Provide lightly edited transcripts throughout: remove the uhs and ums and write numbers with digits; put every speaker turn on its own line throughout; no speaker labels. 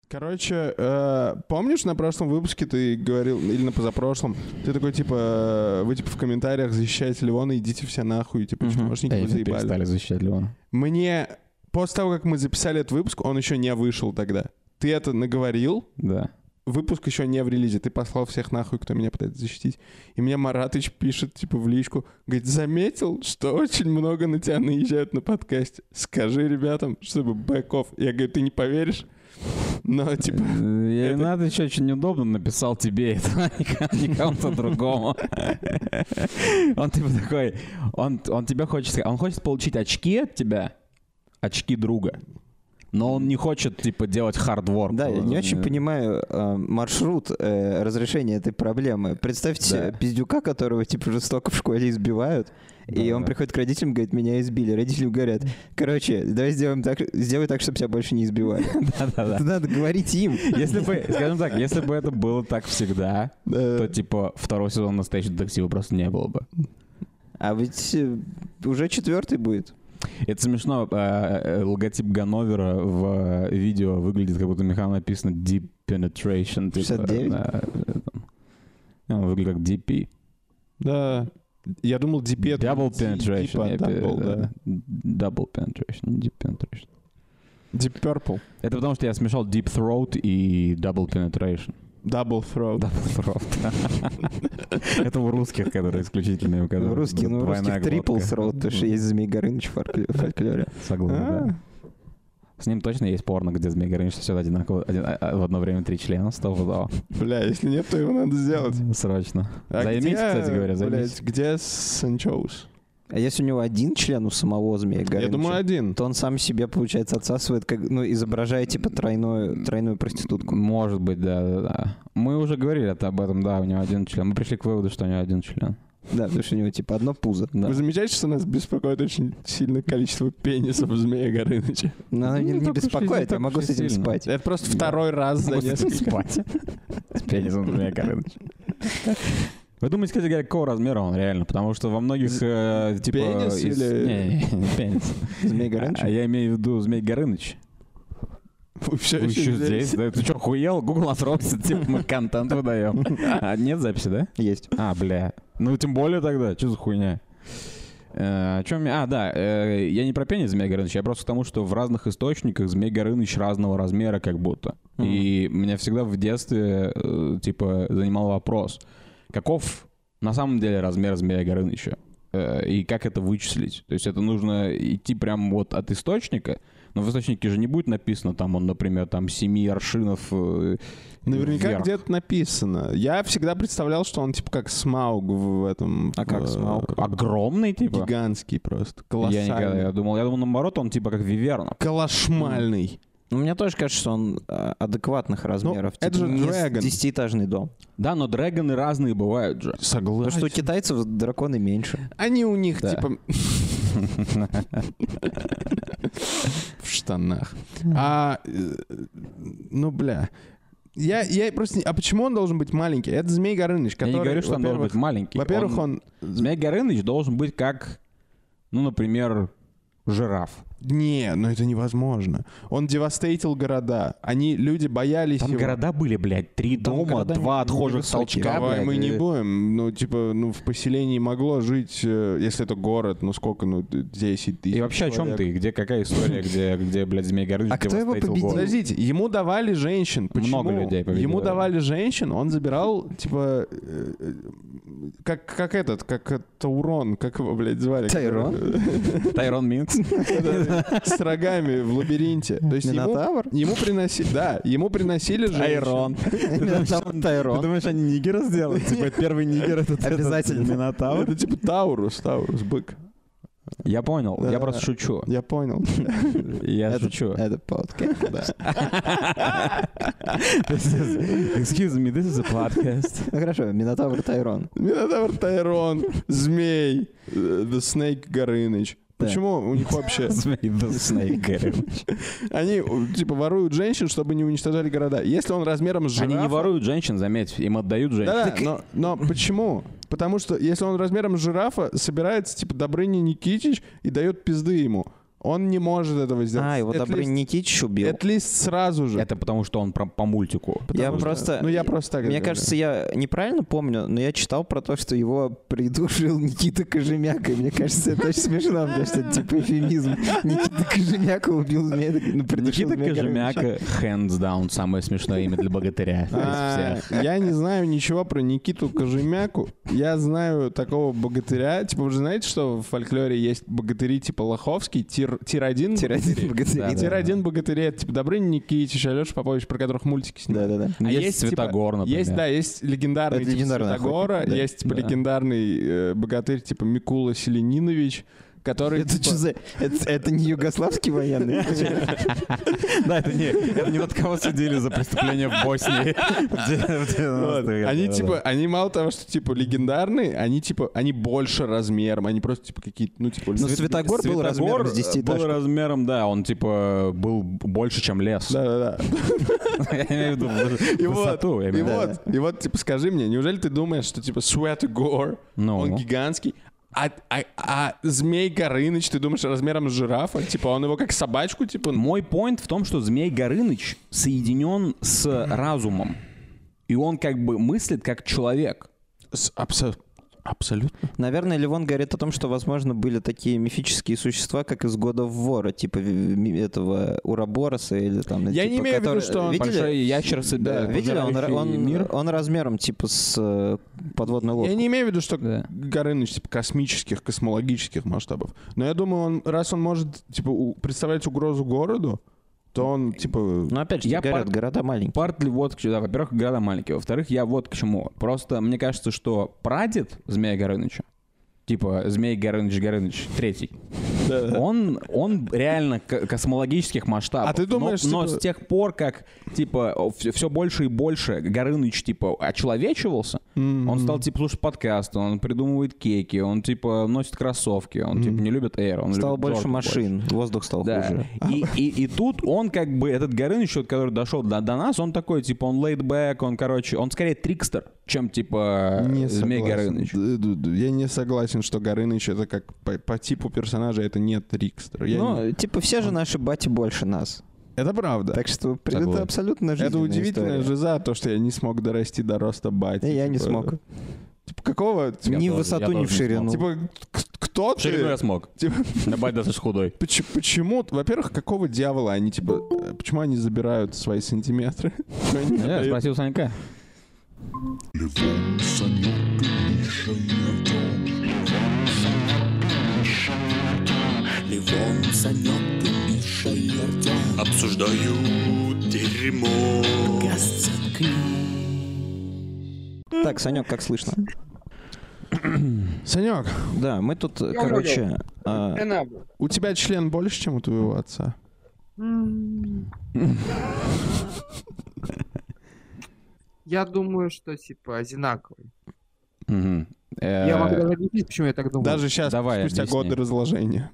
Короче, помнишь, на прошлом выпуске ты говорил, или на позапрошлом, ты такой, типа, вы, типа, в комментариях защищаете Леона, идите все нахуй, типа, чмошники, вы заебали.
Перестали защищать Леона.
Мне, после того, как мы записали этот выпуск, он еще не вышел тогда. Ты это наговорил?
Да.
Выпуск еще не в релизе. Ты послал всех нахуй, кто меня пытается защитить. И мне Маратыч пишет, типа, в личку, говорит, заметил, что очень много на тебя наезжают на подкасте. Скажи ребятам, чтобы бэк-офф. Я говорю, ты не поверишь? Но, типа...
Надо еще очень неудобно написал тебе это, а не кому-то другому. Он типа такой... Он тебя хочет... Он хочет получить очки от тебя, очки друга. Но он не хочет, типа, делать хардворк.
Да, я не очень понимаю маршрут разрешения этой проблемы. Представьте пиздюка, которого, типа, жестоко в школе избивают, и он приходит к родителям и говорит, меня избили. Родители говорят, короче, давай сделай так, чтобы тебя больше не избивали.
Да-да-да.
Это надо говорить им.
Если бы, скажем так, если бы это было так всегда, то, типа, второй сезон «Настоящего детектива» просто не было бы.
А ведь уже 4-й будет.
Это смешно. Логотип Ганновера в видео выглядит, как будто на механом написано Deep Penetration.
69?
Он выглядит как DP.
Да. Я думал, DP это...
Double Penetration.
Double
Penetration, не Deep Penetration.
Deep Purple.
Это потому, что я смешал Deep Throat и Double Penetration.
Double Throat.
Double Throat. Это у русских, которые исключительно.
У русских Triple Throat, потому что есть Змей Горыныч в фольклоре.
Согласен, да. С ним точно есть порно, где Змей Горыныч все одинаково, в одно время 3 члена, стопудово.
Бля, если нет, то его надо сделать.
Срочно.
А
Займись,
где,
кстати говоря,
блядь, где Санчоус?
А если у него один член у самого Змея Горыныча?
Я думаю, один.
То он сам себе, получается, отсасывает, как, изображая, типа, тройную проститутку.
Может быть, да. Мы уже говорили об этом, да, у него один член. Мы пришли к выводу, что у него один член.
Да, потому что у него, типа, одно пузо.
Да.
Вы замечаете, что нас беспокоит очень сильное количество пенисов Змея Горыныча?
Но оно не беспокоит, я могу с этим спать.
Это просто второй раз за несколько...
спать. С пенисом Змея Горыныча. Вы думаете, кстати говоря, какого размера он реально? Потому что во многих, типа...
Пенис или...
Не, пенис.
Змей Горыныч?
А я имею в виду Змей Горыныч.
Вы все
Вы еще здесь? Да? Ты что, хуел? Google нас робится, типа мы контент выдаем. А нет записи, да?
Есть.
А, бля. Ну, тем более тогда. Что за хуйня? О чем я... я не про пенис Змея Горыныча, я просто к тому, что в разных источниках Змей Горыныч разного размера как будто. И меня всегда в детстве, типа, занимал вопрос, каков на самом деле размер Змея Горыныча? И как это вычислить? То есть это нужно идти прямо вот от источника, но в источнике же не будет написано, там он, например, там 7 аршинов
Наверняка
вверх.
где-то написано. Я всегда представлял, что он типа как Смауг в этом...
А как Смауг? Огромный, типа?
Гигантский просто. Колоссальный.
Я думал, наоборот, он типа как Виверна.
Калашмальный.
Ну, мне тоже кажется, что он адекватных размеров.
Ну, это же
не
Dragon.
10-этажный дом.
Да, но дрэгоны разные бывают же.
Согласен.
Потому что у китайцев драконы меньше.
Они у них
Да.
типа... В штанах. Ну, бля. Я просто... А почему он должен быть маленький? Это Змей Горыныч, который...
Я не говорю, что он должен быть маленький.
Во-первых, он...
Змей Горыныч должен быть как, ну, например, жираф.
Не, ну это невозможно. Он девастейтил города. Люди боялись
Там
его.
города были, блядь, 3
Там
дома,
города
2 отхожих
невысокие.
толчка,
Давай
блядь.
мы не будем. Ну, типа, в поселении могло жить, если это город, 10 тысяч
И вообще о чем
человек.
ты? Где какая история, где, блядь, Змей Горыныч
А кто его
девастейтил
победил?
город?
Подождите, ему давали женщин. Почему?
Много людей победило.
Ему давали женщин, он забирал, типа, как Таурон, как его, блядь, звали?
Тайрон?
Тайрон Минкс.
С рогами в лабиринте. То есть
Минотавр?
ему приносили женщин.
Тайрон. Ты
Тайрон.
думаешь, они нигера сделают? Типа, первый нигер — это
Обязательно.
Минотавр?
Это типа Таурус, бык.
Я понял, я
Да.
просто шучу.
Я понял.
Я шучу.
Это подкаст.
Excuse me, this is a podcast.
Ну хорошо, Минотавр Тайрон.
Минотавр Тайрон, Змей, The Snake Горыныч.
Да.
Почему у них вообще...
Змей the Snake Горыныч.
Они, типа, воруют женщин, чтобы не уничтожали города. Если он размером с жирафа...
Они не воруют женщин, заметь, им отдают женщин.
Да, но почему? Потому что если он размером с жирафа, собирается, типа, Добрыня Никитич и дает пизды ему. Он не может этого сделать.
Его Добрынин Никитич убил.
At-least сразу же.
Это потому, что он по мультику.
Я просто так
Мне
говорю.
кажется, я неправильно помню, но я читал про то, что его придушил Никита Кожемяка. И мне кажется, это очень смешно, потому что это типа эфемизм. Никита Кожемяка убил змея.
Никита Кожемяка, hands down, самое смешное имя для богатыря из всех.
Я не знаю ничего про Никиту Кожемяку. Я знаю такого богатыря. Типа, вы же знаете, что в фольклоре есть богатыри типа Лоховский, тир-1
богатырь.
И тир-1 богатырей. Это типа Добрынин Никитич, Алеша Попович, про которых мультики снимают.
Да-да-да.
Есть Святогор, например.
Есть легендарный типа Святогора,
охотник, да.
есть типа легендарный богатырь типа Микула Селенинович, который...
Это что за... Это не югославский военный?
Да, это не тот, кого судили за преступление в Боснии.
Они типа, они мало того, что типа легендарные, они больше размером, они просто типа какие-то, ну типа...
Ну, Святогор был размером с 10
был размером, да, он типа был больше, чем лес.
Да-да-да.
Я имею в виду высоту.
И вот, типа, скажи мне, неужели ты думаешь, что типа Святогор, он гигантский, а Змей Горыныч, ты думаешь, размером с жирафа? Типа, он его как собачку, типа...
Мой поинт в том, что Змей Горыныч соединен с разумом. И он как бы мыслит как человек.
Абсолютно.
Наверное, Левон говорит о том, что, возможно, были такие мифические существа, как из «God of War», типа этого Урабороса или там...
Я
типа,
не имею в виду, что он...
Большой ящерица, да.
Видели? Он размером типа с подводной лодкой.
Я не имею в виду, что Горыныч типа космических, космологических масштабов. Но я думаю, раз он может типа представлять угрозу городу, то он, типа...
Ну, опять же, города маленькие.
Партли вот к чему. Да, во-первых, города маленькие. Во-вторых, я вот к чему. Просто мне кажется, что прадед Змея Горыныча, типа Змей Горыныч третий, он реально космологических масштабов.
А ты думаешь,
но
типа...
с тех пор, как типа все больше и больше Горыныч типа очеловечивался, он стал типа слушать подкасты, он придумывает кейки, он типа носит кроссовки, он типа не любит Air, он
стал
любит
больше
Jordan
машин, воздух стал хуже.
И тут он как бы, этот Горыныч, который дошел до нас, он такой, типа, он laid back, он, короче, он скорее трикстер, чем, типа, Змей Горыныч.
Я не согласен, что Горыныч это как по типу персонажа это не трикстер.
Ну, типа, все же наши бати больше нас.
Это правда.
Так что это абсолютно жизненная
Это удивительная
история.
жиза, то, что я не смог дорасти до роста бати.
И я не
типа,
смог.
Типа, какого?
Ни в высоту, ни в ширину.
Типа, кто
В ширину
ты?
я смог.
Типа,
На бать достаточно худой.
почему? Во-первых, какого дьявола они, типа, почему они забирают свои сантиметры? Почему они не
Я
дают?
спросил Санька.
Левон, Санек и Миша и Артем. Левон, Санек и Миша и Артем обсуждают дерьмо.
Так, Санек, как слышно?
Санек,
Да, мы тут, короче...
у тебя член больше, чем у твоего отца?
Я думаю, что типа одинаковый.
Мгм.
Я могу даже объяснить, почему я так думаю.
Даже сейчас,
Давай,
спустя
объясни.
годы разложения.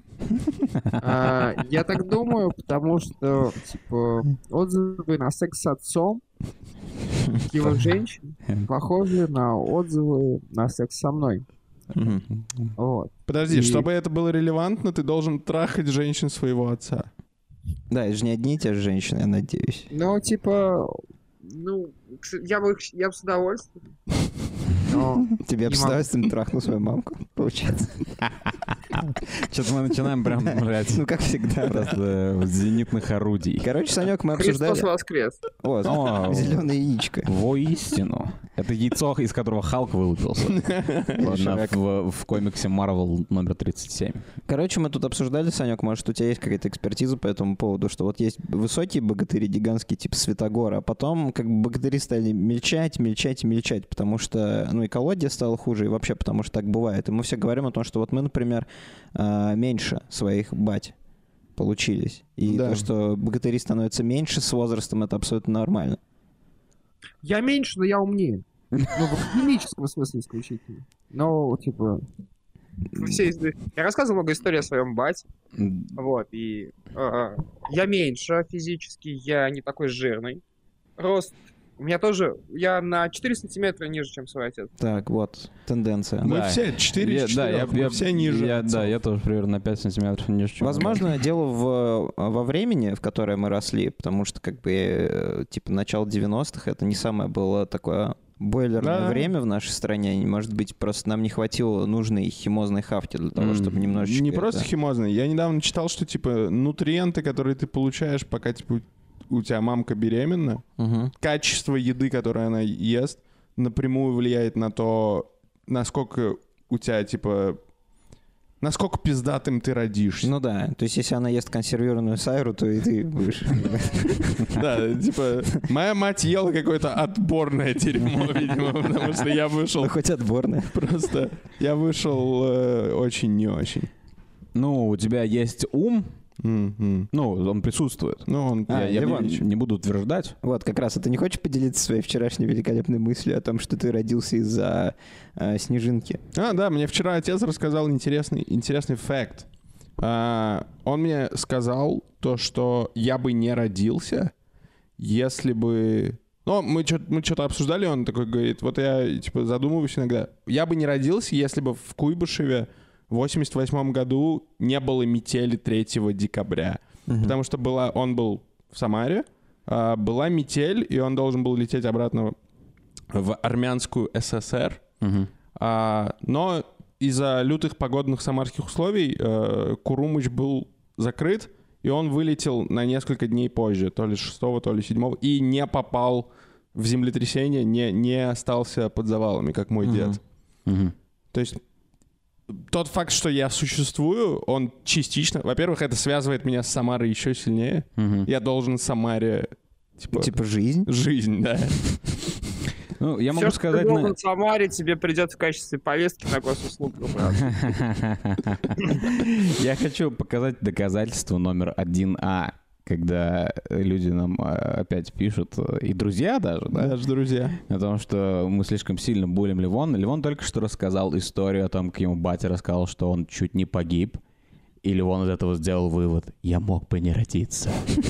Я так думаю, потому что типа отзывы на секс с отцом его женщин похожи на отзывы на секс со мной. Вот.
Подожди,
И-
чтобы это было релевантно, ты должен трахать женщин своего отца.
Да, это же не одни и те же женщины, я надеюсь.
Ну, типа, я бы с удовольствием. Но
Тебе
не
с удовольствием трахну свою мамку, получается.
Что-то мы начинаем прям, блядь,
Ну, как всегда, да.
просто с зенитных орудий.
Короче, Санек, мы
Христос
обсуждали...
воскрес.
Вот,
О.
зеленое яичко.
Воистину. Это яйцо, из которого Халк вылупился. В комиксе Marvel номер 37.
Короче, мы тут обсуждали, Санек, может, у тебя есть какая-то экспертиза по этому поводу, что вот есть высокие богатыри, гигантские, типа Святогора, а потом как бы богатыри стали мельчать, потому что, ну, экология стала хуже, и вообще потому что так бывает. И мы все говорим о том, что вот мы, например, меньше своих бать получились. И
Да.
то, что богатыри становятся меньше с возрастом, это абсолютно нормально.
Я меньше, но я умнее. Ну, в химическом смысле исключительно. Но, типа... Я рассказывал много историй о своем бате. Вот, и я меньше физически, я не такой жирный. Рост У меня тоже, я на 4 сантиметра ниже, чем свой отец.
Так, вот, тенденция.
Мы
Да.
все 4
Я- да, я-
мы все ниже.
Да, я тоже примерно на 5 сантиметров ниже, чем
Возможно, дело во времени, в которое мы росли, потому что, как бы, типа, начало 90-х, это не самое было такое бойлерное
Да.
время в нашей стране. И, может быть, просто нам не хватило нужной химозной хавки для того, чтобы немножечко...
Не просто
это-
химозный. Я недавно читал, что, типа, нутриенты, которые ты получаешь, пока, типа, у тебя мамка беременна,
Мгм.
качество еды, которую она ест, напрямую влияет на то, насколько у тебя, типа, насколько пиздатым ты родишься.
Ну да, то есть если она ест консервированную сайру, то и ты будешь...
Да, типа, моя мать ела какое-то отборное дерьмо, видимо, потому что я вышел
Ну, хоть отборная.
просто... Я вышел очень не очень.
Ну, у тебя есть ум,
Мгм.
ну, он присутствует.
Ну, он...
Я
Левон.
не буду утверждать.
Вот, как раз, а ты не хочешь поделиться своей вчерашней великолепной мыслью о том, что ты родился из-за снежинки?
Да, мне вчера отец рассказал интересный факт. Он мне сказал то, что я бы не родился, если бы... Ну, мы что-то обсуждали, он такой говорит, вот я, типа, задумываюсь иногда. Я бы не родился, если бы в Куйбышеве в 88 году не было метели 3 декабря. Потому что он был в Самаре, была метель, и он должен был лететь обратно в армянскую ССР. Но из-за лютых погодных самарских условий Курумыч был закрыт, и он вылетел на несколько дней позже, то ли 6, то ли 7, и не попал в землетрясение, не остался под завалами, как мой дед. То есть тот факт, что я существую, он частично... Во-первых, это связывает меня с Самарой еще сильнее. Я должен Самаре...
Типа жизнь?
Жизнь, да.
Ну, я могу
Все, что
сказать...
ты должен в Самаре, тебе придет в качестве повестки на госуслугу, брат.
Я хочу показать доказательство номер 1А, когда люди нам опять пишут, и друзья даже, да?
Даже друзья.
О том, что мы слишком сильно булим Ливона. Ливон только что рассказал историю о том, как ему батя рассказал, что он чуть не погиб. И Ливон из этого сделал вывод: я мог бы не родиться.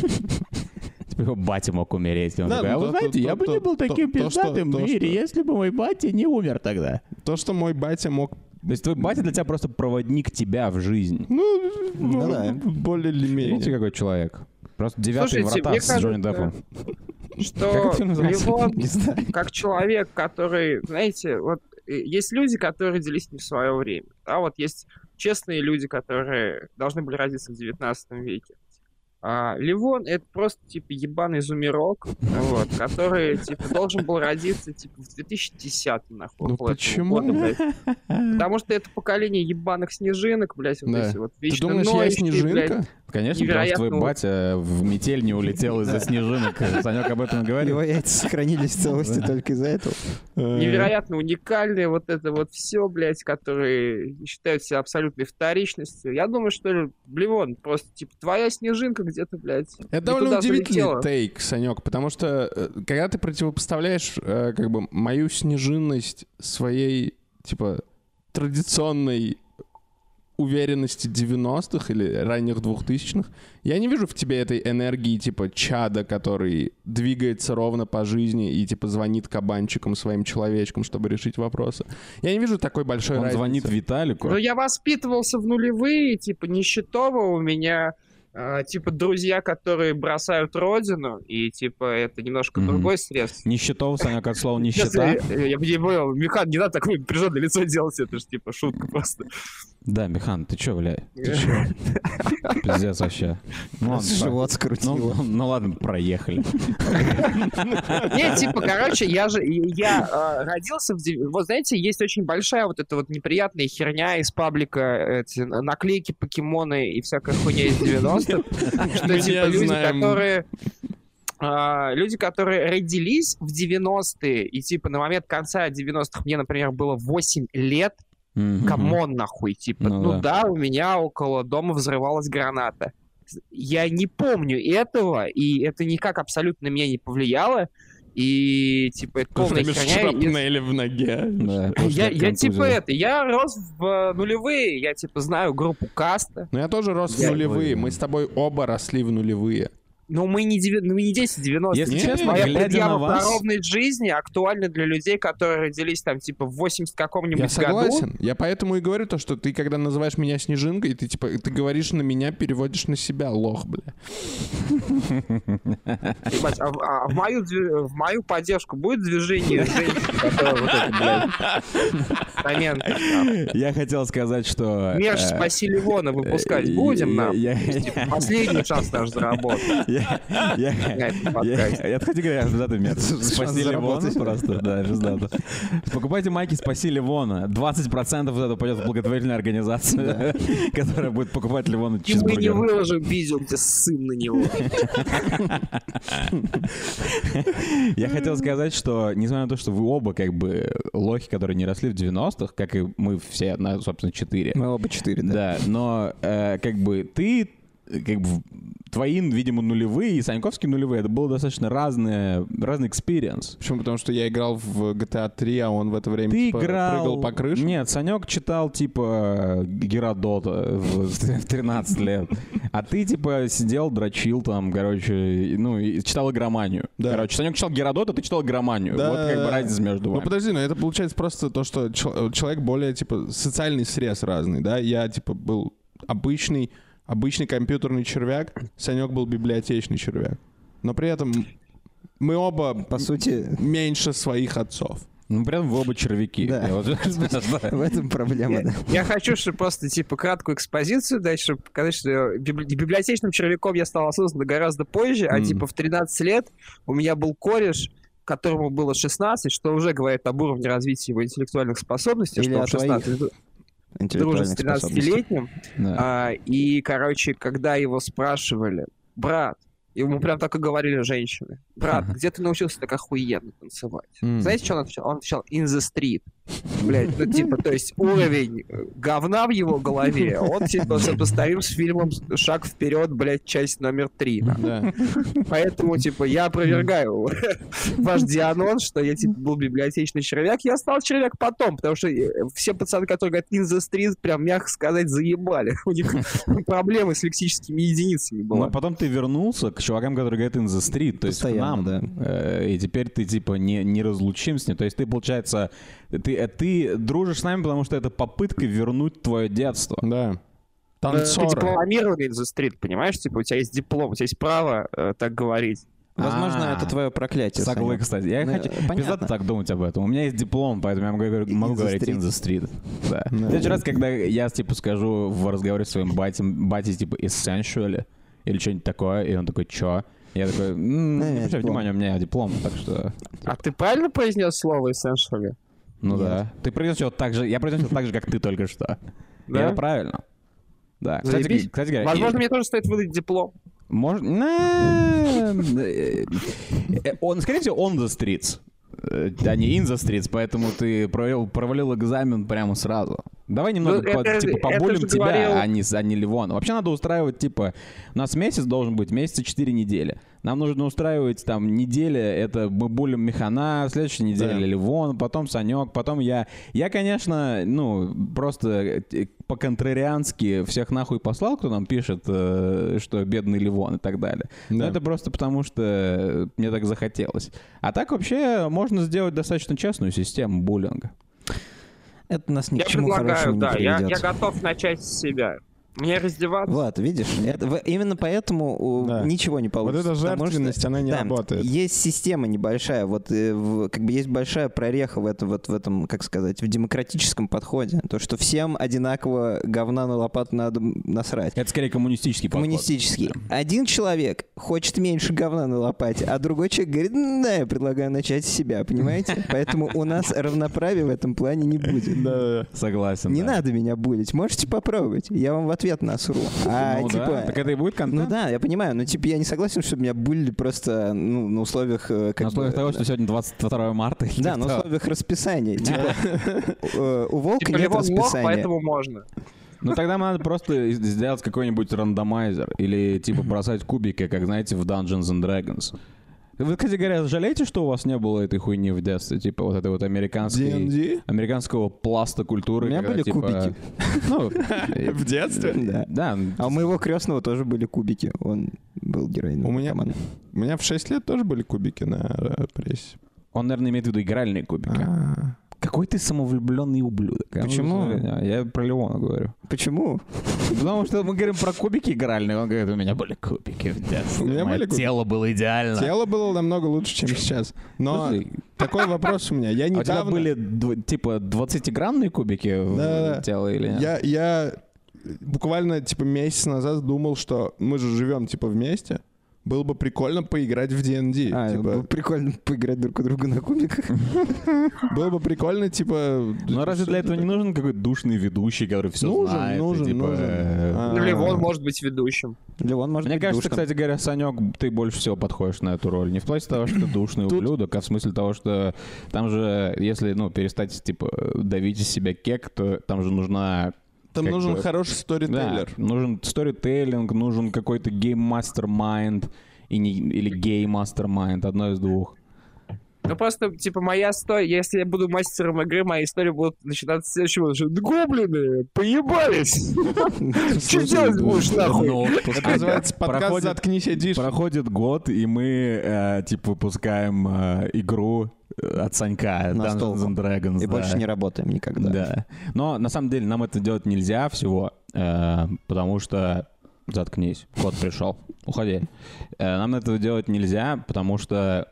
Типа его батя мог умереть. И он
Да,
такой: а вы знаете, я бы не был таким пиздатым в мире, если бы мой батя не умер тогда.
То, что мой батя мог...
То есть твой батя для тебя просто проводник тебя в жизнь.
Ну
да.
более или
Видите,
менее.
какой человек? Просто 9-й
Слушайте,
врата
мне
с Джонни
кажется,
Деппом.
Что
Как это называется?
Ливон,
Не знаю.
как человек, который, знаете, вот есть люди, которые родились не в свое время. А вот есть честные люди, которые должны были родиться в 19 веке. А Ливон — это просто, типа, ебаный зумерок, вот, который, типа, должен был родиться, типа, в 2010-м, нахуй.
Ну
около этого
почему?
года, блядь. Потому что это поколение ебаных снежинок, блядь, вот
Да.
эти вот
Ты
вечно
думаешь, я
ноющие, блядь.
снежинка?
Конечно, потому что твой
Невероятно.
батя в метель не улетел из-за снежинок. Санек об этом и говорил.
Его яйца сохранились в целости только из-за этого.
Невероятно уникальное вот это вот все, блядь, которые считают себя абсолютной вторичностью. Я думаю, что, Ливон, просто, типа, твоя снежинка где-то, блядь,
Это
не
довольно
туда
удивительный
залетела.
тейк, Санек, потому что когда ты противопоставляешь как бы мою снежинность своей, типа, традиционной уверенности 90-х или ранних 2000-х, я не вижу в тебе этой энергии, типа, чада, который двигается ровно по жизни и, типа, звонит кабанчикам своим человечкам, чтобы решить вопросы. Я не вижу такой большой
Он
разницы.
звонит Виталику.
Ну, я воспитывался в нулевые, типа, нищетово у меня, типа, друзья, которые бросают родину, и, типа, это немножко
Мгм.
другой стресс.
Нищетов, Санек, от слова
Сейчас
нищета.
я бы не понял, Михан, не надо такое напряженное лицо делать, это же, типа, шутка просто.
Да, Михан, ты чё, бля? Ты чё? Пиздец вообще. Ну ладно,
Живот
ну,
скрутило.
ну ладно, проехали.
Не, типа, короче, я родился вот знаете, есть очень большая вот эта вот неприятная херня из паблика, эти наклейки, покемоны и всякая хуйня из 90-х, что
Мы
типа
не знаем.
люди, которые родились в 90-е, и типа на момент конца 90-х мне, например, было 8 лет,
Мгм.
камон нахуй, типа,
Ну
ну да, у меня около дома взрывалась граната. Я не помню этого, и это никак абсолютно на меня не повлияло, и, типа, это
Потому что
полная
тебе
херня. и-
шрапнели в ноге.
Да,
Я,
после
типа,
контузии.
я рос в нулевые, я, типа, знаю группу Каста.
Ну, я тоже рос в
Я-
нулевые. Мы с тобой оба росли в нулевые.
Ну, мы не 10-90.
Если честно,
моя
глядя
предъява
на вас...
про ровность жизни актуальна для людей, которые родились там, типа, в 80 каком-нибудь
Я
году.
согласен. Я поэтому и говорю то, что ты, когда называешь меня Снежинкой, ты типа ты говоришь на меня, переводишь на себя, лох, бля.
Ебать, а в мою поддержку будет движение женщин, которые вот это, блядь, Томенко, нахуй.
Я хотел сказать, что...
Мерч «Спаси Ливона» выпускать будем нам? Последний шанс наш заработать.
Я хочу говорить, пиздатый мерч. Спаси Ливона просто, да, пиздато. Покупайте майки «Спаси Ливона». 20% вот это пойдет в благотворительную организацию, которая будет покупать Ливону
И мы не
чизбургер.
выложим видео, где сын на него.
Я хотел сказать, что, несмотря на то, что вы оба как бы лохи, которые не росли в 90-х, как и мы все, собственно, 4.
Мы оба 4, да.
Да, но как бы ты, как бы твои, видимо, нулевые и Саньковские нулевые, это было достаточно разный экспириенс.
Почему? Потому что я играл в GTA 3, а он в это время
Ты
типа,
играл...
прыгал по крыше.
Нет, Санек читал, типа, Геродота в 13 лет. А ты, типа, сидел, дрочил там, короче, ну, и читал игроманию.
Да.
Короче, Санек читал Геродота, ты читал игроманию.
Да.
Вот как бы разница между
Ну
вами.
подожди, но это получается просто то, что человек более, типа, социальный срез разный, да? Я, типа, был обычный компьютерный червяк, Санек был библиотечный червяк. Но при этом мы оба,
По сути,
меньше своих отцов.
Ну, при этом вы оба червяки.
Да.
Я вот-
в этом проблема, да.
Я хочу, чтобы просто, типа, краткую экспозицию дать, чтобы показать, что библиотечным червяком я стал осознанно гораздо позже, а, типа, в 13 лет у меня был кореш, которому было 16, что уже говорит об уровне развития его интеллектуальных способностей,
Или
что
о
в 16 дружит с
Интеллектуальных способностей.
13-летним.
Да.
И, короче, когда его спрашивали, брат, ему прям так и говорили женщины, брат, где ты научился так охуенно танцевать? Знаете, что он отвечал? Он отвечал, in the street. Блять, ну типа, то есть уровень говна в его голове, он типа сопоставим с фильмом «Шаг вперед», блять, часть номер 3.
Да.
Поэтому, типа, я опровергаю ваш дианон, что я, типа, был библиотечный червяк. Я стал червяк потом, потому что все пацаны, которые говорят in the street, прям, мягко сказать, заебали. У них проблемы с лексическими единицами
Но
было.
потом ты вернулся к чувакам, которые говорят in the street, то есть к
Постоянно,
нам. И теперь ты, типа, не разлучим с ним. То есть ты, получается, ты дружишь с нами, потому что это попытка вернуть твое детство.
Да.
Ты
Танцоры.
дипломированный in the street, понимаешь? Типа, у тебя есть диплом, у тебя есть право так говорить.
Возможно,
А.
это твое проклятие.
Согласен,
Санек.
кстати. Я
Ну,
хочу
понятно.
пиздато так думать об этом. У меня есть диплом, поэтому я могу
the
говорить
street.
in the street. Да. В следующий раз, когда я, типа, скажу в разговоре с своим бате, типа, essentially, или что-нибудь такое, и он такой, чё? Я такой, не обращай
диплом.
внимания, у меня диплом, так что...
А ты правильно произнес слово essentially?
Ну да. Ты произнесешь так же, я произнес так же, как ты только что. И
Да?
это правильно. Да.
Заебись.
Кстати говоря,
Возможно, мне тоже стоит выдать диплом.
он, скорее всего, on the streets, а не in the streets, поэтому ты провалил экзамен прямо сразу. Давай немного
Ну, это
поболим
же
тебя,
говорил-
а не Ливона. Вообще надо устраивать, типа, у нас месяц должен быть, месяца 4 недели. Нам нужно устраивать, там, неделя, это мы булим Механа, следующая неделя Ливон, потом Санек, потом я. Я, конечно, ну, просто по-контрариански всех нахуй послал, кто нам пишет, что бедный Ливон и так далее. Но
Да.
это просто потому, что мне так захотелось. А так вообще можно сделать достаточно честную систему буллинга.
Это нас ни
Я
к чему
предлагаю,
хорошему
да,
не
я
приведет.
готов начать с себя. Мне раздеваться.
Влад, видишь, именно поэтому
Да.
ничего не получится.
эта
потому что,
жертвенность, она не
да,
работает.
Есть система небольшая, вот как бы есть большая прореха в этом, как сказать, в демократическом подходе. То, что всем одинаково говна на лопату надо насрать.
Это скорее коммунистический подход.
Коммунистический. Один человек хочет меньше говна на лопате, а другой человек говорит, да, я предлагаю начать с себя, понимаете? Поэтому у нас равноправия в этом плане не будет.
Да.
Согласен.
Не
да.
надо меня булить, можете попробовать, я вам в ответ насру. А
Ну
типа...
да, так это и будет контент.
Ну да, я понимаю, но типа я не согласен, чтобы меня булили просто на условиях... Как
На условиях
бы,
того, что сегодня 22 марта. или
Да, на
что.
условиях расписания. Типа, у волка
Типа
нет
Ливон лох,
расписания.
поэтому можно.
Ну тогда надо просто сделать какой-нибудь рандомайзер. Или типа бросать кубики, как, знаете, в Dungeons and Dragons. Вы, кстати говоря, жалеете, что у вас не было этой хуйни в детстве? Типа вот этой вот
D&D?
американского пласта культуры.
У меня
когда,
были
типа,
кубики.
Ну,
В детстве?
Да.
да.
А у моего крестного тоже были кубики. Он был героиновый наркоман.
У меня в 6 лет тоже были кубики на прессе.
Он, наверное, имеет в виду игральные кубики. Какой ты самовлюбленный ублюдок.
Почему?
Я про Леона говорю.
Почему?
Потому что мы говорим про кубики игральные. Он говорит, у меня были кубики в детстве.
У меня были кубики.
Тело было идеально.
Тело было намного лучше, чем сейчас. Но такой вопрос у меня. Я
А у тебя
недавно...
были типа 20-гранные кубики в тело или нет?
Я буквально типа месяц назад думал, что мы же живем типа вместе. Было бы прикольно поиграть в D&D.
Было бы прикольно поиграть друг у друга на кубиках.
Было бы прикольно, типа...
Ну разве для этого не нужен какой-то душный ведущий, который все знает?
Нужен.
Левон может быть ведущим.
Левон может
Мне
быть
кажется,
душным.
кстати говоря, Санек, ты больше всего подходишь на эту роль. Не в плане того, что ты душный ублюдок, а в смысле того, что там же, если перестать типа давить из себя кек, то там же нужна...
Там нужен хороший сторителлер.
Да, нужен сторителлинг, нужен какой-то гейм-мастер-майнд или гей-мастер-майнд, одно из двух.
Ну просто, типа, моя история, если я буду мастером игры, моя история будет начинаться с следующего, что гоблины, поебались! Что делать будешь, нахуй?
Это называется подкаст «Заткнись, Эдиш».
Проходит год, и мы, типа, выпускаем игру от Санька, Dungeons and Dragons.
И больше не работаем никогда.
Да. Но, на самом деле, нам это делать нельзя всего, потому что... Заткнись, кот пришел, уходи. Нам этого делать нельзя, потому что...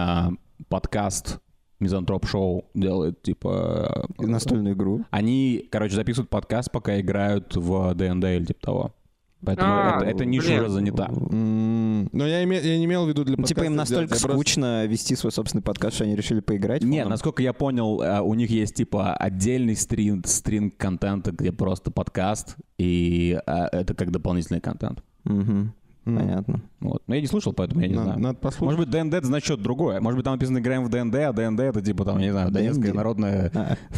подкаст Мизантроп Шоу делает, типа...
Настольную игру.
Они, записывают подкаст, пока играют в D&D или типа того. Поэтому эта ниша уже занята.
Но я не имел в виду для подкаста.
Типа им настолько скучно вести свой собственный подкаст, что они решили поиграть?
Нет, насколько я понял, у них есть, типа, отдельный стринг контента, где просто подкаст, и это как дополнительный контент.
Понятно.
Вот. Но я не слушал, поэтому я не знаю.
Надо послушать.
Может быть, ДНД это значит что-то другое. Может быть, там написано «играем в ДНД», а ДНД это типа там, не знаю, Донецкая народная...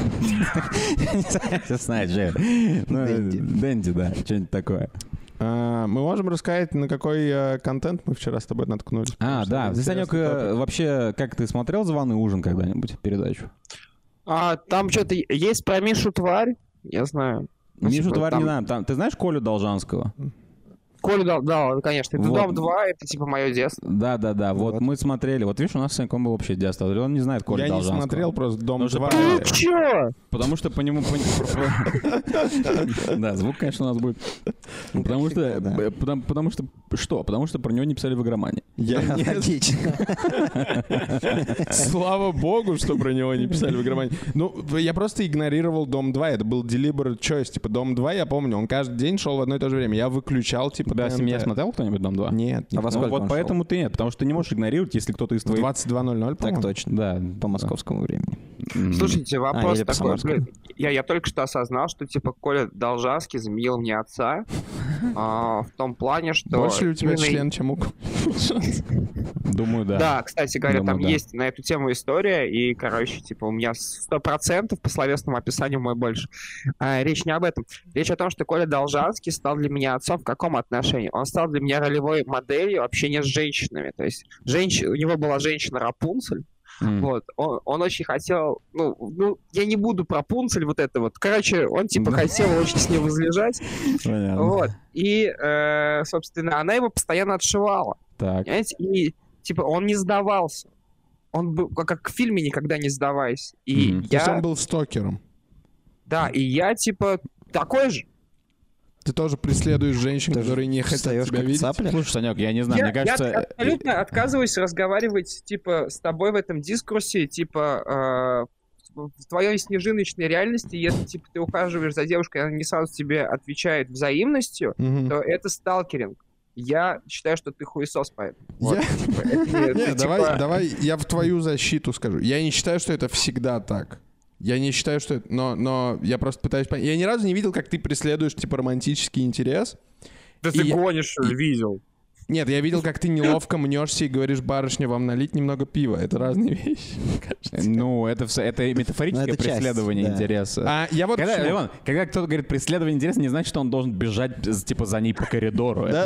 Не знаю, все знают же. Дэнди, да, что-нибудь такое.
Мы можем рассказать, на какой контент мы вчера с тобой наткнулись.
Да. Санек, вообще, как ты смотрел «Званый ужин» когда-нибудь, передачу?
Там что-то есть про Мишу Тварь, я знаю.
Мишу Тварь не знаю. Ты знаешь Колю Должанского?
Коля, да, конечно. Это Дом 2, это типа мое детство.
Да. Вот мы смотрели. Вот видишь, у нас с Саньком был общее детство. Он не знает Колю Должанского.
Я не смотрел просто Дом 2.
Чё?
Потому что по нему... Да, звук, конечно, у нас будет. Потому что... Что? Потому что про него не писали в игромании.
Отлично.
Слава богу, что про него не писали в игромании. Ну, я просто игнорировал Дом 2. Это был deliberate choice. Типа, Дом 2, я помню, он каждый день шел в одно и то же время. Я выключал, типа,
тебя семья смотрел кто-нибудь «Дом 2»?
Нет.
А во сколько
вот поэтому ты нет, потому что ты не можешь игнорировать, если кто-то из твоих...
22:00, по-моему?
Так точно.
Да.
По московскому времени.
Слушайте, вопрос
или по
такой.
самарскому.
Я только что осознал, что типа Коля Должанский заменил мне отца. В том плане, что...
Больше ли у тебя член, чем у...
Думаю, да.
Да, кстати говоря,
Думаю,
там
да.
есть на эту тему история, и, короче, типа, у меня 100% по словесному описанию мой больше. Речь не об этом. Речь о том, что Коля Должанский стал для меня отцом в каком отношении? Он стал для меня ролевой моделью общения с женщинами. То есть у него была женщина Рапунцель. Вот. Он очень хотел... Ну, я не буду про Рапунцель вот это вот. Короче, он типа хотел очень с ней возлежать.
Понятно.
Вот. И, собственно, она его постоянно отшивала.
Так.
Понимаете? И, типа, он не сдавался. Он был, как в фильме «Никогда не сдавайся». И
То есть он был стокером.
Да, и я, типа, такой же.
Ты тоже преследуешь женщин, которые не хотят тебя видеть?
Цапля?
Слушай, Санек, я не знаю, мне кажется...
Я абсолютно отказываюсь разговаривать, типа, с тобой в этом дискурсе, типа, в твоей снежиночной реальности, если, типа, ты ухаживаешь за девушкой, она не сразу тебе отвечает взаимностью, то это сталкеринг. Я считаю, что ты хуесос поэтому. Вот,
Нет, давай я в твою защиту скажу. Я не считаю, что это всегда так. Я не считаю, что это... Но я просто пытаюсь понять. Я ни разу не видел, как ты преследуешь, типа, романтический интерес.
Да ты гонишь, видел.
Нет, я видел, как ты неловко мнешься и говоришь: барышня, вам налить немного пива. Это разные вещи, мне кажется.
Ну, это метафорическое
это часть,
преследование
да.
интереса.
Я вот...
Когда кто-то говорит преследование интереса, не значит, что он должен бежать, типа, за ней по коридору.
Хотя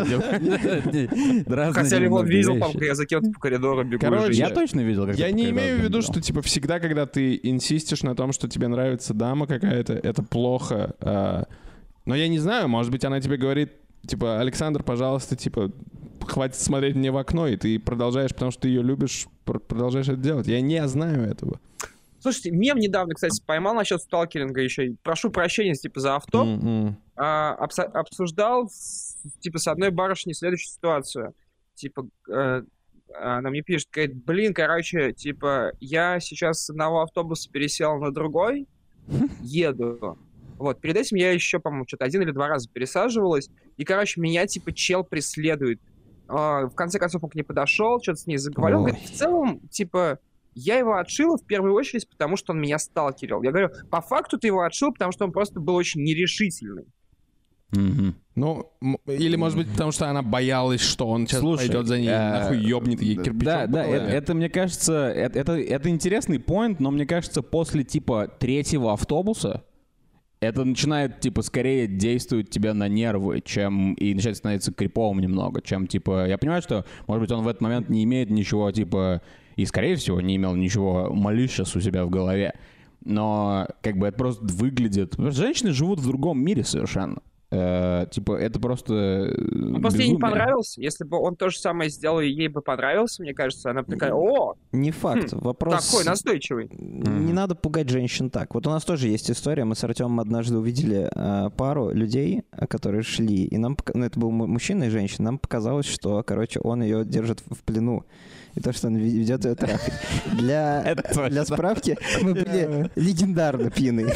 Левон видел, как я за кем-то по коридору бегу.
Короче,
Я точно видел, как
Я не имею в виду, что, типа, всегда, когда ты инсистишь на том, что тебе нравится дама какая-то, это плохо. Но я не знаю, может быть, она тебе говорит, типа: Александр, пожалуйста, типа, хватит смотреть мне в окно, и ты продолжаешь, потому что ты ее любишь, продолжаешь это делать. Я не знаю этого.
Слушайте, мем недавно, кстати, поймал насчет сталкеринга еще. Прошу прощения, типа, за автоп. Обсуждал, типа, с одной барышней следующую ситуацию. Типа, она мне пишет, говорит, блин, короче, типа, я сейчас с одного автобуса пересел на другой, еду. Вот, перед этим я еще, по-моему, что-то 1 или 2 раза пересаживалась, и, короче, меня, типа, чел преследует. В конце концов, он к ней подошел, что-то с ней заговорил. Говорит, в целом, типа, я его отшила в первую очередь, потому что он меня сталкерил. Я говорю, по факту ты его отшил, потому что он просто был очень нерешительный.
Ну, или, может быть, потому что она боялась, что он сейчас пойдет за ней, нахуй ёбнет ей кирпичом.
Да, это, мне кажется, это интересный поинт, но мне кажется, после, типа, 3-го автобуса это начинает, типа, скорее действовать тебя на нервы, чем и начинает становиться криповым немного, чем, типа, я понимаю, что, может быть, он в этот момент не имеет ничего, типа, и, скорее всего, не имел ничего malicious у себя в голове, но, как бы, это просто выглядит... Потому что женщины живут в другом мире совершенно. Типа, это просто...
Просто ей не понравился. Если бы он то же самое сделал, и ей бы понравился, мне кажется, она бы такая, о!
Не факт. Вопрос...
Такой настойчивый.
Не надо пугать женщин так. Вот у нас тоже есть история. Мы с Артемом однажды увидели пару людей, которые шли, и нам... Ну, это был мужчина и женщина. Нам показалось, что, короче, он ее держит в плену. И то, что он ведет ее трахать. Для справки, мы были легендарно пьяны.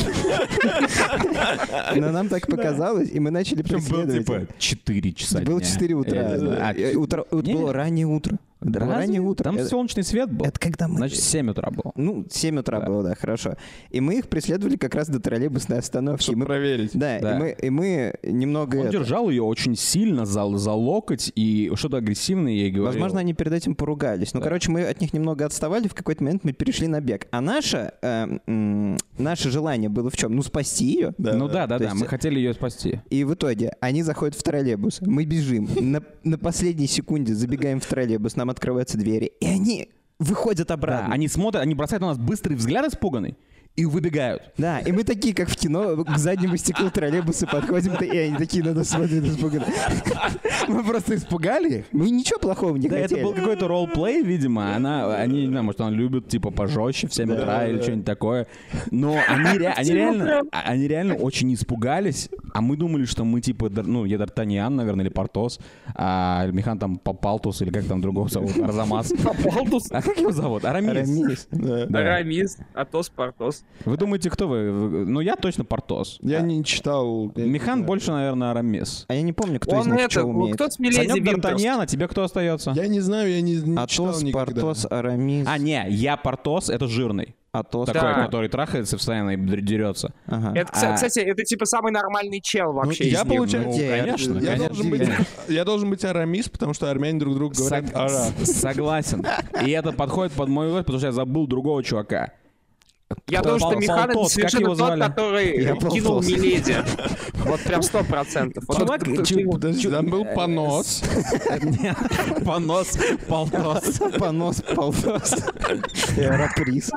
Но нам так показалось, и мы начали преследовать.
Было, типа, 4 часа
Было
дня.
4 утра. Было раннее утро. Это было раннее утро.
Там солнечный свет был.
Это когда мы...
Значит, 7 утра было.
Ну, 7 утра было, да, хорошо. И мы их преследовали как раз до троллейбусной остановки.
Чтобы проверить.
Да, и мы немного...
Он держал ее очень сильно за локоть и что-то агрессивное ей говорил.
Возможно, они перед этим поругались. Ну, короче, мы от них немного отставали, в какой-то момент мы перешли на бег. А наше желание было в чем? Ну, спасти ее.
Ну да, мы хотели ее спасти.
И в итоге они заходят в троллейбус, мы бежим, на последней секунде забегаем в троллейбус, нам открываются двери, и они выходят обратно.
Да, они смотрят, они бросают на нас быстрый взгляд испуганный и выбегают.
Да, и мы такие, как в кино, к заднему стеклу троллейбуса подходим, и они такие на нас смотрят испуганно.
Мы просто испугали их.
Мы ничего плохого не хотели.
Да, это был какой-то ролл-плей, видимо. Они, не знаю, может, она любит, типа, пожестче в 7 утра или что-нибудь такое. Но они реально очень испугались, а мы думали, что мы, типа, ну, я Д'Артаньян, наверное, или Портос, а Михан там Палтус, или как там другого зовут, Арзамас.
Палтус?
А как его зовут? Арамис.
Арамис, Атос, Портос.
Вы думаете, кто вы? Ну, я точно Портос.
Я не читал.
Михан больше, наверное, Арамис.
А я не помню, кто из них что умеет.
Кто смелее
Санек Д'Артаньян, а тебе кто остается?
Я не знаю, я не читал
Атос,
никогда.
Портос, Арамис.
А, не, я Портос, это жирный.
Атос.
Такой,
Да.
который трахается постоянно и дерется.
Ага.
Это, кстати, это типа самый нормальный чел вообще
я
из них.
получается,
конечно,
я
конечно.
должен быть Арамис, потому что армяне друг другу говорят ара.
Согласен. И это подходит под мой выбор, потому что я забыл другого чувака.
Я думаю, что Михан это
Полтос, как
совершенно
его
тот,
звали?
который
Я
кинул
Полтос.
Миледи. Вот прям 100%. Вот
Чувак,
Подожди, там был понос.
Нет, понос, полтос.
Понос, полтос. И Аэроприз.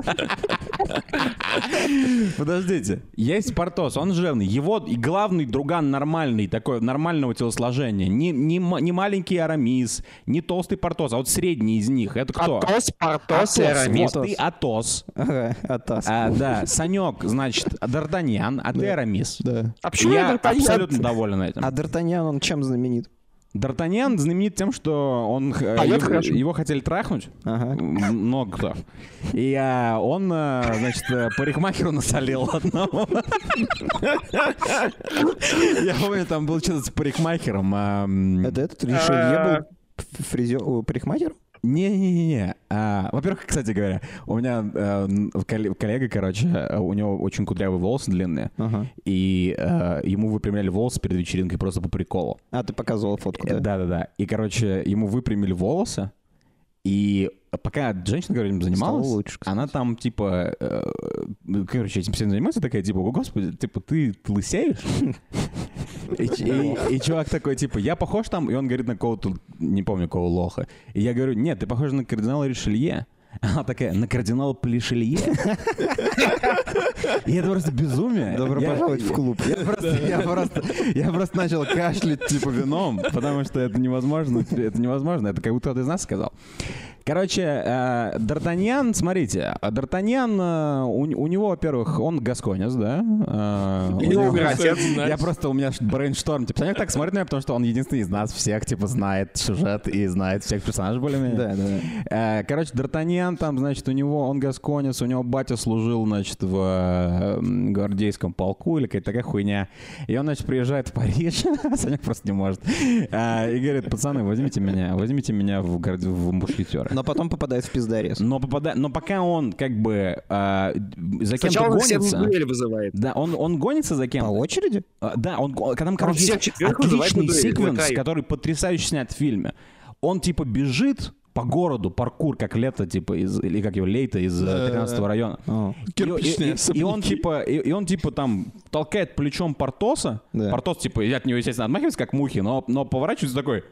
Подождите, есть Портос, он жирный. Его и главный друган нормальный, такой нормального телосложения. Не маленький Арамис, не толстый Портос, а вот средний из них. Это кто?
Атос, Портос и
Вот
Арамис.
ты Атос.
Ага, Атос.
Да, Санек, значит, Д'Артаньян, а ты Арамис.
Да.
А почему
Я
это
абсолютно доволен этим.
А Д'Артаньян, он чем знаменит?
Д'Артаньян знаменит тем, что он, его хотели трахнуть.
Ага.
Много кто. И он, значит, парикмахеру насолил одного. Я помню, там был что-то с парикмахером.
Это этот Ришелье был парикмахер?
Не-не-не. Во-первых, кстати говоря, у меня коллега, короче, у него очень кудрявые волосы длинные, и ему выпрямляли волосы перед вечеринкой просто по приколу.
А, ты показывал фотку, да?
Да-да-да. И, короче, ему выпрямили волосы, и пока женщина, говорит, занималась,
Стало лучше, кстати.
она там, типа, короче, этим всем занимается, такая, типа, о, господи, типа, ты лысеешь? И чувак такой, типа, я похож там? И он говорит на кого-то, не помню, кого лоха. И я говорю, нет, ты похож на кардинала Ришелье. Она такая, на кардинала Плишелье. И это просто безумие.
Добро пожаловать в клуб.
Я просто начал кашлять типа вином, потому что это невозможно. Это как будто кто-то из нас сказал. Короче, Д'Артаньян, смотрите, Д'Артаньян, у него, во-первых, он гасконец, да? У меня брейншторм, типа, Санек так смотрит на меня, потому что он единственный из нас всех, типа, знает сюжет и знает всех персонажей более-менее.
Да.
Короче, Д'Артаньян там, значит, у него, он гасконец, у него батя служил, значит, в гвардейском полку или какая-то такая хуйня. И он, значит, приезжает в Париж, Санек просто не может, и говорит, пацаны, возьмите меня в мушкетеры.
Но потом попадает в пиздарез.
Но пока он как бы за кем-то
Сначала всех
гонится...
в дуэль вызывает.
Да, он гонится за кем-то.
По очереди?
Да, там, короче,
всех
есть
четверых вызывает
отличный
на дуэль,
секвенс,
втроем.
который потрясающе снят в фильме. Он типа бежит по городу, паркур, как Лето, типа, или как его, Лейта из 13-го района.
Кирпичные
И он типа там толкает плечом Портоса.
Да.
Портос, типа, от него, естественно, отмахивается, как мухи, но поворачивается такой...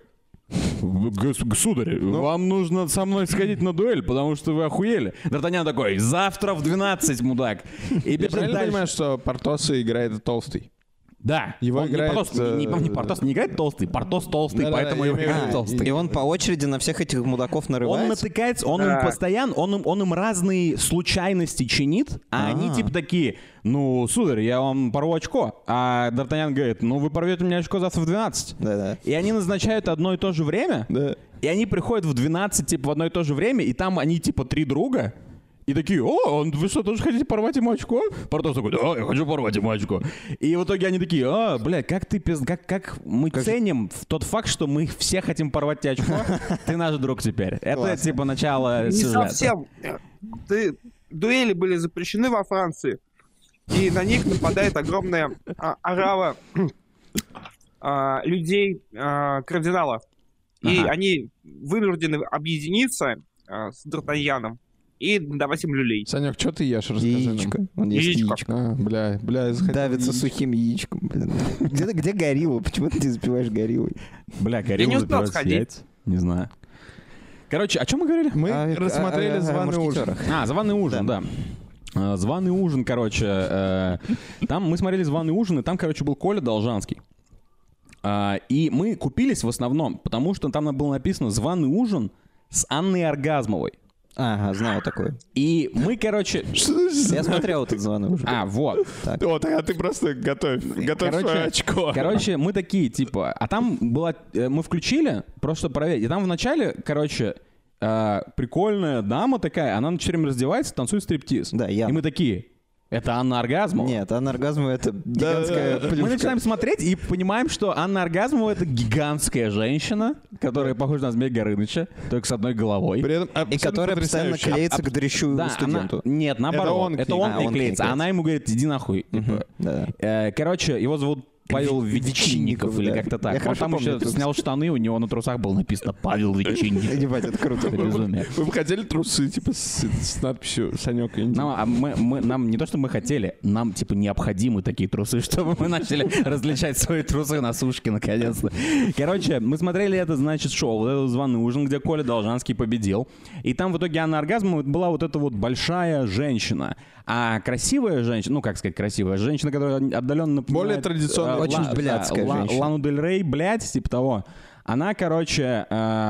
Сударь, вам нужно со мной сходить на дуэль, потому что вы охуели. Д'Артаньян такой, завтра в 12, мудак. И
Я
бежит
правильно
дальше.
понимаю, что Портоса играет толстый?
Да.
Его
Он
играет,
не Портос не играет толстый, Портос толстый,
Да-да-да,
поэтому
я
его
имею в
играет
виду.
толстый.
И он по очереди на всех этих мудаков
Он
нарывается.
натыкается, он им постоянно, он им разные случайности чинит, а они типа такие, ну, сударь, я вам порву очко. А Д'Артаньян говорит, ну, вы порвете мне очко завтра в 12.
Да-да.
И они назначают одно и то же время,
Да.
и они приходят в 12, типа, в одно и то же время, и там они, типа, 3 друга. И такие, вы что, тоже хотите порвать ему очко? Портос такой, да, я хочу порвать ему очко. И в итоге они такие, блядь, как мы ценим тот факт, что мы все хотим порвать тебе очко, ты наш друг теперь. Это, типа, начало
Не
сюжета.
совсем. Дуэли были запрещены во Франции, и на них нападает огромная орава людей кардинала. И
Ага.
они вынуждены объединиться с Д'Артаньяном и давать им люлей.
Санек, что ты ешь? Расскажи
Яичко. Он ест
Яичко.
яичко.
Бля, я захотел
Давится
яичко.
сухим яичком. Блин. Где горилла? Почему ты не запиваешь гориллой?
Бля,
Я не
горилла
успел
запивается
сходить.
яйца. Не знаю. Короче, о чем мы говорили?
Мы рассмотрели званый ужин.
мушкетерах.
Званый ужин, да. Званый ужин, короче. Там мы смотрели званый ужин, и там, короче, был Коля Должанский. И мы купились в основном, потому что там было написано «Званый ужин с Анной Оргазмовой».
Ага, знаю такое.
И мы, короче...
Я смотрел этот званый уже.
Вот.
Вот, а ты просто готовь свое очко.
Короче, мы такие, типа... А там была... Мы включили, просто чтобы проверить. И там вначале, короче, прикольная дама такая, она все время раздевается, танцует стриптиз.
Да, Яна.
И мы такие... Это Анна Оргазмова?
Нет, Анна Оргазмова — это гигантская
Мы
плюшка.
начинаем смотреть и понимаем, что Анна Оргазмова — это гигантская женщина, которая похожа на Змея Горыныча, только с одной головой.
При этом
И
абсолютно
которая постоянно
потрясающая.
клеится к дрищу
Да,
студенту.
Нет, наоборот.
Это он к ней.
Он к ней клеится. А она ему говорит, иди нахуй. типа.
Да.
Короче, его зовут Павел
Ветчинников,
Ветчинников или
да.
как-то
Я
так. Он
хорошо
там
помню
еще
этот
снял штаны, у него на трусах было написано «Павел Ветчинников».
Ебать, это круто.
Это безумие.
Вы бы хотели трусы, типа, с надписью «Санек и
Нам не то, что мы хотели, нам, типа, необходимы такие трусы, чтобы мы начали различать свои трусы на сушке, наконец-то. Короче, мы смотрели это, значит, шоу, вот этот званый ужин, где Коля Должанский победил. И там в итоге Анна Оргазмова была вот эта вот большая женщина. А красивая женщина, ну, как сказать, красивая женщина, которая отдаленно напоминает...
Более традиционная.
Очень блядская женщина.
Лану Дель Рей, блядь, типа того. Она, короче,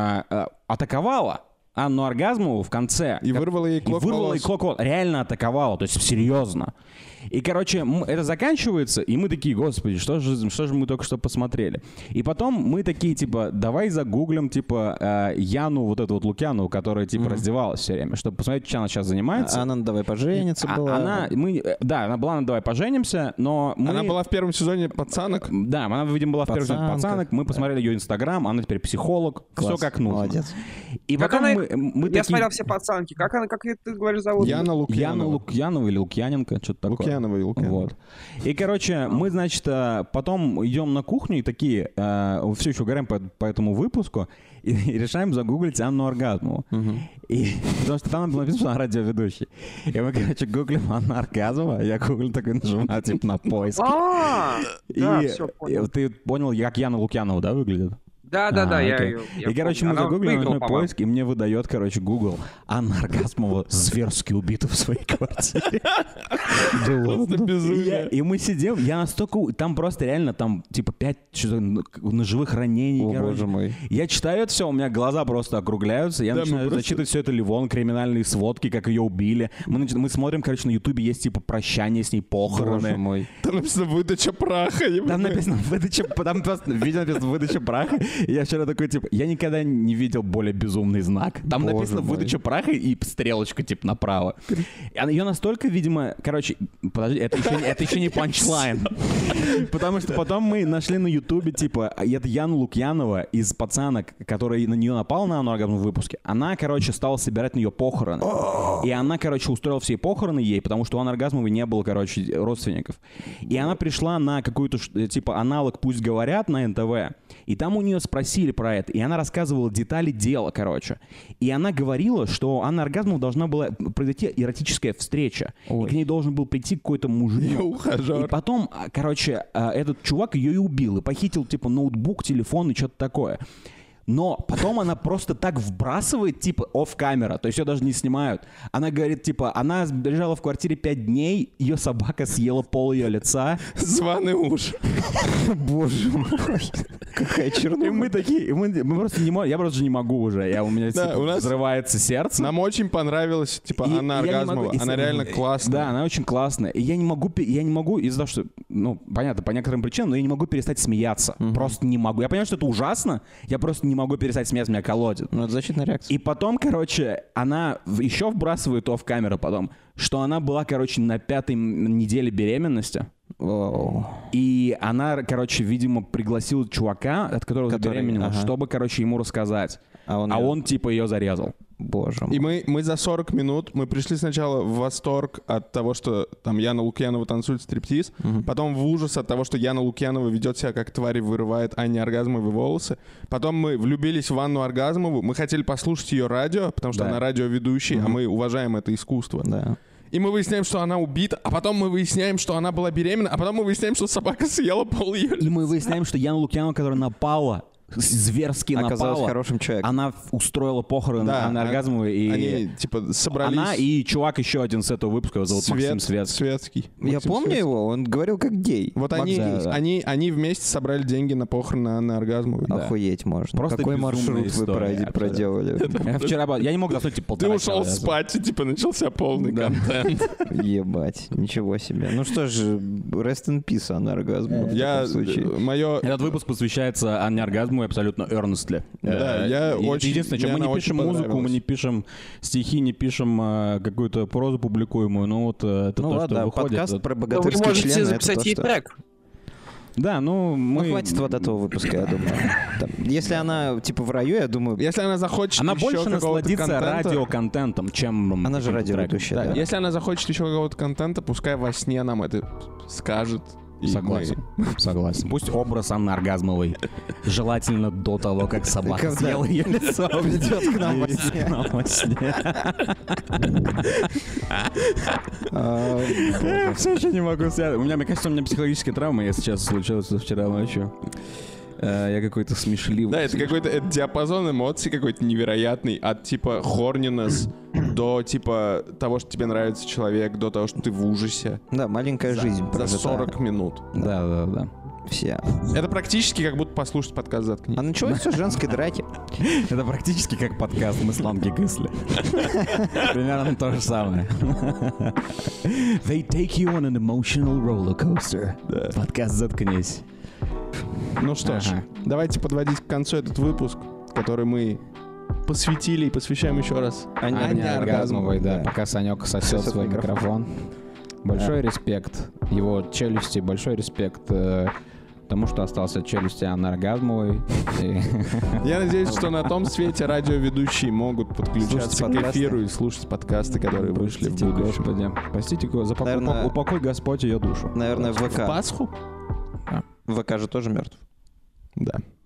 атаковала Анну Оргазмову в конце.
И вырвала ей клок волос.
волос. Реально атаковала, то есть серьезно. И, короче, это заканчивается, и мы такие, господи, что же мы только что посмотрели. И потом мы такие, типа, давай загуглим, типа, Яну, вот эту вот Лукьянову, которая, типа, раздевалась все время, чтобы посмотреть, чем она сейчас занимается.
Она «Давай пожениться» была.
Она была на «Давай поженимся», но мы...
Она была в первом сезоне «Пацанок».
Да, она, видимо, была в первом сезоне
Пацанка.
«Пацанок». Мы посмотрели ее Инстаграм, она теперь психолог.
Класс,
Все как нужно.
молодец.
И
Как
потом
она-
мы
Я
такие...
смотрел все пацанки. Как ты говоришь, зовут?
Яна
Яна
Лукьянова.
Лукьянова или Лукьяненко, что-то такое.
Лукьянова и Лукьянова.
Вот. И, короче, мы, значит, потом идем на кухню и такие, все еще угораем по этому выпуску, и решаем загуглить Анну Оргазмову. И, потому что там было написано, что она радиоведущий. И мы, короче, гуглим Анна Оргазмова, я гуглю такой, нажимаю, типа, на поиск.
Да,
И
все понял.
ты понял, как Яна Лукьянова, да, выглядит?
Да-да-да, я
окей.
её
И, короче, мы
помню. Она
загуглили
выиграла,
ночной
по-моему.
поиск, и мне выдает, короче, Google: Анна Оргазмова зверски убита в своей квартире.
Просто безумие.
И мы сидим, я настолько... Там просто реально, там, типа, 5 ножевых ранений,
О,
короче.
боже мой.
Я читаю это все, у меня глаза просто округляются, я
Да, мы
начинаю
просто-
зачитывать все это Ливон, криминальные сводки, как ее убили. Мы смотрим, короче, на Ютубе есть, типа, прощание с ней,
Боже
похороны.
мой.
Там написано выдача праха.
Там написано выдача, там просто видео написано выдача праха. И я вчера такой, типа, я никогда не видел более безумный знак. Там
Боже
написано
мой.
выдача праха и стрелочка, типа, направо. Ее настолько, видимо, короче, подожди, это еще не панчлайн. Потому что потом мы нашли на Ютубе, типа, это Яна Лукьянова из «Пацана», который на нее напал на Анну Оргазмову в выпуске. Она, короче, стала собирать на нее похороны. И она, короче, устроила все похороны ей, потому что у Анны Оргазмовой не было, короче, родственников. И она пришла на какую-то, типа, аналог «Пусть говорят» на НТВ. И там у нее спросили про это. И она рассказывала детали дела, короче. И она говорила, что Анна Оргазмова должна была произойти эротическая встреча. И к ней должен был прийти какой-то мужик.
Её
И
ухажер.
потом, короче, этот чувак ее и убил. И похитил, типа, ноутбук, телефон и что-то такое. Но потом она просто так вбрасывает, типа, офф-камера, то есть ее даже не снимают. Она говорит, типа, она лежала в квартире 5 дней, ее собака съела пол ее лица.
Званый уж.
Боже мой. Какая
И
чернуха.
мы такие, мы просто не можем, я просто не могу уже, у меня
Да,
типа,
у нас-
взрывается сердце.
Нам очень понравилась, типа,
И
Анна
я не
Оргазмова.
могу- и
Она
с-
реально
Да,
классная.
она очень классная. И я не могу из-за того, что, ну, понятно, по некоторым причинам, но я не могу перестать смеяться. Просто не могу. Я понимаю, что это ужасно, я просто не могу перестать смеяться, меня колотит.
Ну, это защитная реакция.
И потом, короче, она еще вбрасывает офф-камеру потом, что она была, короче, на 5-й неделе беременности.
Вау.
И она, короче, видимо, пригласила чувака, от которого
Который,
забеременела,
ага.
чтобы, короче, ему рассказать.
А
А
её-
он, типа, ее зарезал.
Боже
И
мой.
мы за 40 минут, мы пришли сначала в восторг от того, что там Яна Лукьянова танцует стриптиз, потом в ужас от того, что Яна Лукьянова ведет себя как тварь и вырывает Анне Оргазмовой волосы. Потом мы влюбились в Анну Оргазмову, мы хотели послушать ее радио, потому что
Да.
она радиоведущий, а мы уважаем это искусство.
Да.
И мы выясняем, что она убита, а потом мы выясняем, что она была беременна, а потом мы выясняем, что собака съела пол ее
И мы выясняем, что Яна Лукьянова, которая напала, зверски
Оказалась
напала,
хорошим человеком.
она устроила похороны
Да,
Анны Оргазмовой, и
Они, типа, собрались...
она и чувак еще один с этого выпуска, его зовут Максим Светский.
Светский.
Я
Максим
помню
Светский.
его, он говорил как гей.
Вот
Макс
они,
Гей.
да.
они вместе собрали деньги на похороны Анны Оргазмовой.
Да.
Охуеть можно.
Просто
Какой
безумная
маршрут вы
история,
проделали?
Я не мог заснуть, типа,
Ты
1,5
ушел
часа.
спать, и типа начался полный
Да.
контент.
Ебать, ничего себе. Ну что ж, rest in peace, Анна Оргазмова. в
Я,
таком случае.
мое...
Этот выпуст посвящается Анне Оргазмовой абсолютно earnestly.
Да, я
И
очень-
единственное, что
мне
мы
она
не
очень
пишем музыку, мы
понравилась.
не пишем стихи, не пишем какую-то прозу публикуемую, но вот это
Ну
то,
ладно,
что выходит.
подкаст
это-
про
Но вы
богатырские
можете
члены. это
записать
то,
ей
что-
трек.
Да, ну
Ну,
мы...
хватит вот этого выпуска, я думаю. Там, если она, типа, в раю, я думаю...
Если она захочет
Она
еще
больше
какого-то
насладится
контента-
радиоконтентом, чем...
Она же
каким-то треком.
радиоведущая,
Да,
да.
если она захочет еще какого-то контента, пускай во сне нам это скажет. И
Согласен, согласен. Пусть образ Анны Оргазмовой, желательно до того, как собака
Когда
съела ее лицо,
придет к нам во
придет
сне.
к нам во сне.
А,
Все еще не могу связать. Мне кажется, у меня психологическая травма, если сейчас случилось вчера ночью. Я какой-то смешливый.
Да, это какой-то это диапазон эмоций какой-то невероятный. От типа хорнинес до типа того, что тебе нравится человек, до того, что ты в ужасе.
Да, маленькая жизнь
За
прожита.
40 минут.
Да.
Все.
Это практически как будто послушать подкаст «Заткнись».
А началось все с женской драки.
Это практически как подкаст «Мы сламки кысли». Примерно то же самое. They take you on an emotional roller coaster. Подкаст «Заткнись».
Ну что ж,
Ага.
давайте подводить к концу этот выпуск, который мы посвятили и посвящаем еще раз
Анне Оргазмовой, да. Пока Санек сосет
Сосет
свой микрофон. Большой респект его челюсти, большой респект тому, что остался от челюсти Анны Оргазмовой. И-
Я надеюсь, что на том свете радиоведущие могут подключаться
Слушать
к
подкасты.
эфиру и слушать подкасты, которые вышли в
Простите,
будущем.
Господи. Простите,
Наверное-
упокой Господь ее душу.
Наверное, в
В
ВК.
Пасху?
ВК же тоже мертв.
Да.